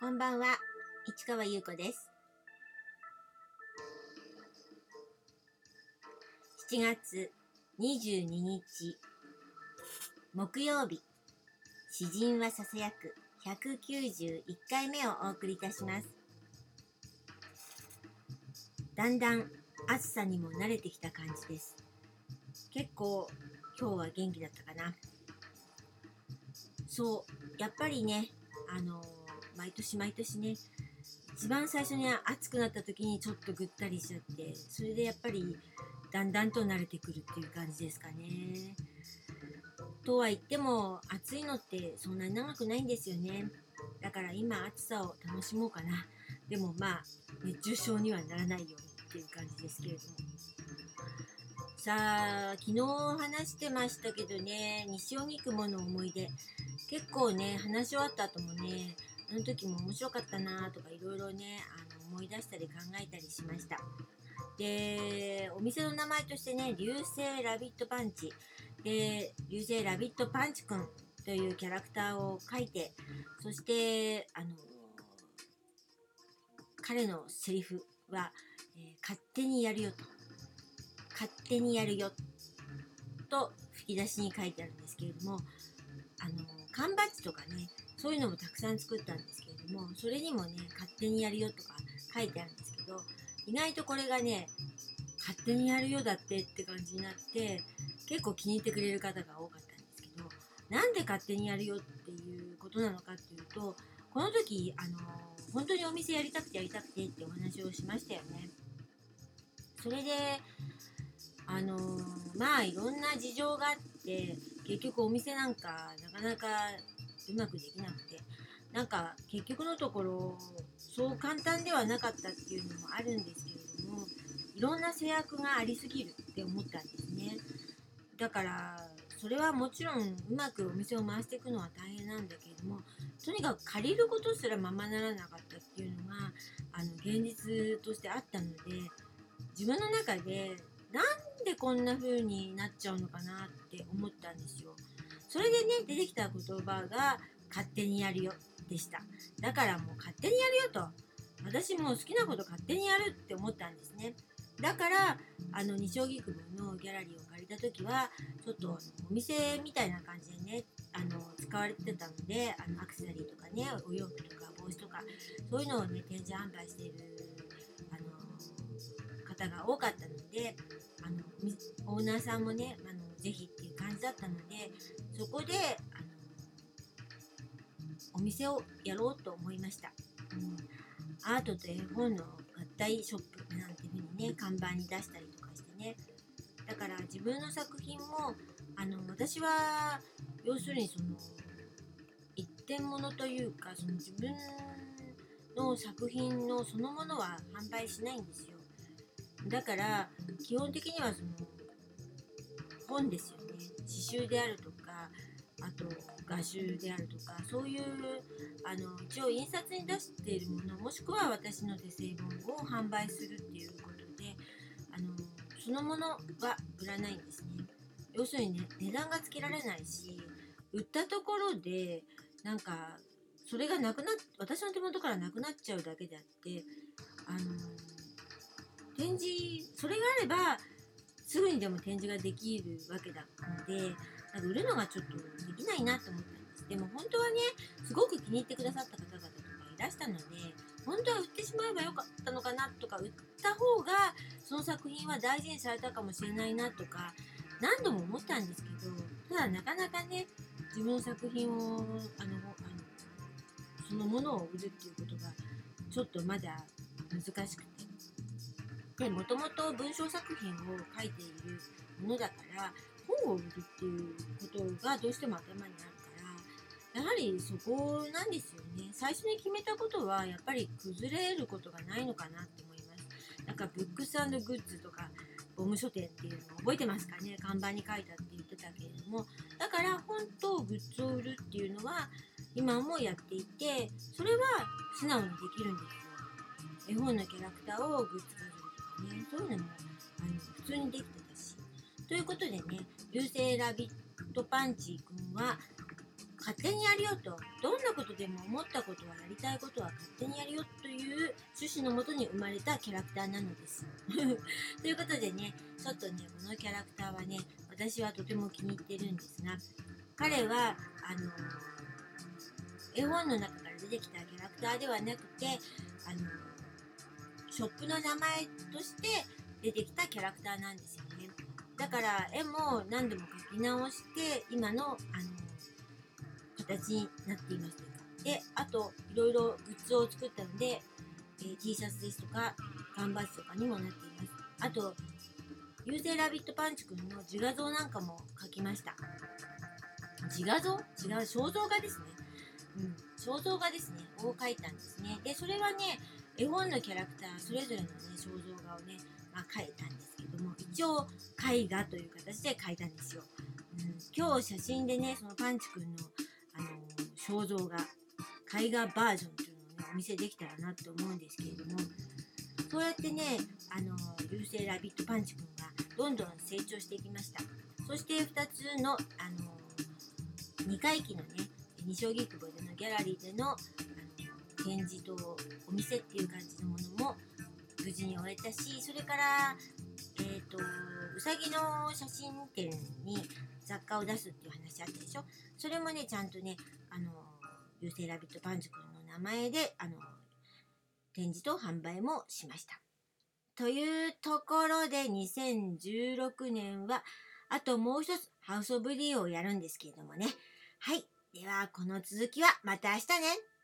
こんばんは、市川優子です。7月22日木曜日、詩人はささやく191回目をお送りいたします。だんだん暑さにも慣れてきた感じです。結構今日は元気だったかな。やっぱりね、毎年ね、一番最初に暑くなった時にちょっとぐったりしちゃって、それでやっぱりだんだんと慣れてくるっていう感じですかね。とは言っても暑いのってそんなに長くないんですよね。だから今暑さを楽しもうかな。でも熱中症にはならないようにっていう感じですけれども。さあ、昨日話してましたけどね、西荻窪の思い出、結構ね、話し終わった後もね、あの時も面白かったなとかいろいろね、思い出したり考えたりしました。で、お店の名前としてね、流星ラビットパンチで、流星ラビットパンチくんというキャラクターを描いて、そして彼のセリフは、勝手にやるよと、勝手にやるよと吹き出しに書いてあるんですけれども、缶バッジとかね、そういうのもたくさん作ったんですけれども、それにもね、勝手にやるよとか書いてあるんですけど、意外とこれがね、勝手にやるよだってって感じになって、結構気に入ってくれる方が多かったんですけど、なんで勝手にやるよっていうことなのかっていうと、この時本当にお店やりたくてってお話をしましたよね。それでいろんな事情があって、結局お店なんかなかなかうまくできなくて、結局のところそう簡単ではなかったっていうのもあるんですけれども、いろんな制約がありすぎるって思ったんですね。だからそれはもちろんうまくお店を回していくのは大変なんだけれども、とにかく借りることすらままならなかったっていうのが現実としてあったので、自分の中でなんでこんな風になっちゃうのかなって思ったんですよ。それでね、出てきた言葉が勝手にやるよでした。だからもう勝手にやるよと、私も好きなこと勝手にやるって思ったんですね。だから西荻窪のギャラリーを借りた時はちょっとお店みたいな感じでね、使われてたので、アクセサリーとかね、お洋服とか帽子とかそういうのをね、展示販売している方が多かったので、オーナーさんもね、ぜひっていう感じだったので、そこでお店をやろうと思いました。アートと絵本の合体ショップなんていう風にね、看板に出したりとかしてね。だから自分の作品も私は要するにその一点物というか、その自分の作品のそのものは販売しないんですよ。だから基本的にはその本ですよね。刺繍であるとか、あと画集であるとか、そういう一応印刷に出しているもの、もしくは私の手製本を販売するっていうことで、そのものは売らないんですね。要するにね、値段がつけられないし、売ったところでそれがなくなっ私の手元からなくなっちゃうだけであって、展示それがあればすぐにでも展示ができるわけだので、売るのがちょっとできないなと思ったんです。でも本当はね、すごく気に入ってくださった方々とかいらしたので、本当は売ってしまえばよかったのかなとか、売った方がその作品は大事にされたかもしれないなとか何度も思ったんですけど、ただなかなかね、自分の作品をそのものを売るっていうことがちょっとまだ難しくて、でもともと文章作品を書いているものだから、本を売るっていうことがどうしても頭にあるから、やはりそこなんですよね。最初に決めたことはやっぱり崩れることがないのかなって思います。ブックス&グッズとかゴム書店っていうのを覚えてますかね。看板に書いたって言ってたけれども、だから本とグッズを売るっていうのは今もやっていて、それは素直にできるんですよ。絵本のキャラクターをグッズ化するとかね、そういうのも普通にできてたし。ということでね、流星ラビットパンチくんは勝手にやるよと、どんなことでも思ったことはやりたいことは勝手にやるよという趣旨のもとに生まれたキャラクターなのです。ということでね、ちょっとね、このキャラクターはね、私はとても気に入ってるんですが、彼は絵本の中から出てきたキャラクターではなくて、ショップの名前として出てきたキャラクターなんですよね。だから絵も何度も描き直して今の形になっていますというか。で、あといろいろグッズを作ったので、T シャツですとか缶バッジとかにもなっています。あと幽霊ラビットパンチくんの自画像なんかも描きました。自画像？違う、肖像画ですね。肖像画ですねを描いたんですね。で、それはね、絵本のキャラクターそれぞれのね肖像画をね、描いたんですけども、一応絵画という形で描いたんですよ。今日写真でね、そのパンチくんの肖像画、絵画バージョンというのをねお見せできたらなと思うんですけれども、そうやってね、流星ラビットパンチくんがどんどん成長していきました。そして2つの2回忌のね、西荻窪でのギャラリーでの展示とお店っていう感じのものも無事に終えたし、それからうさぎの写真展に雑貨を出すっていう話あったでしょ。それもね、ちゃんとね、流星ラビットパンチくんの名前で展示と販売もしました。というところで2016年はあともう一つハウスオブリーをやるんですけれどもね。はい。ではこの続きはまた明日ね。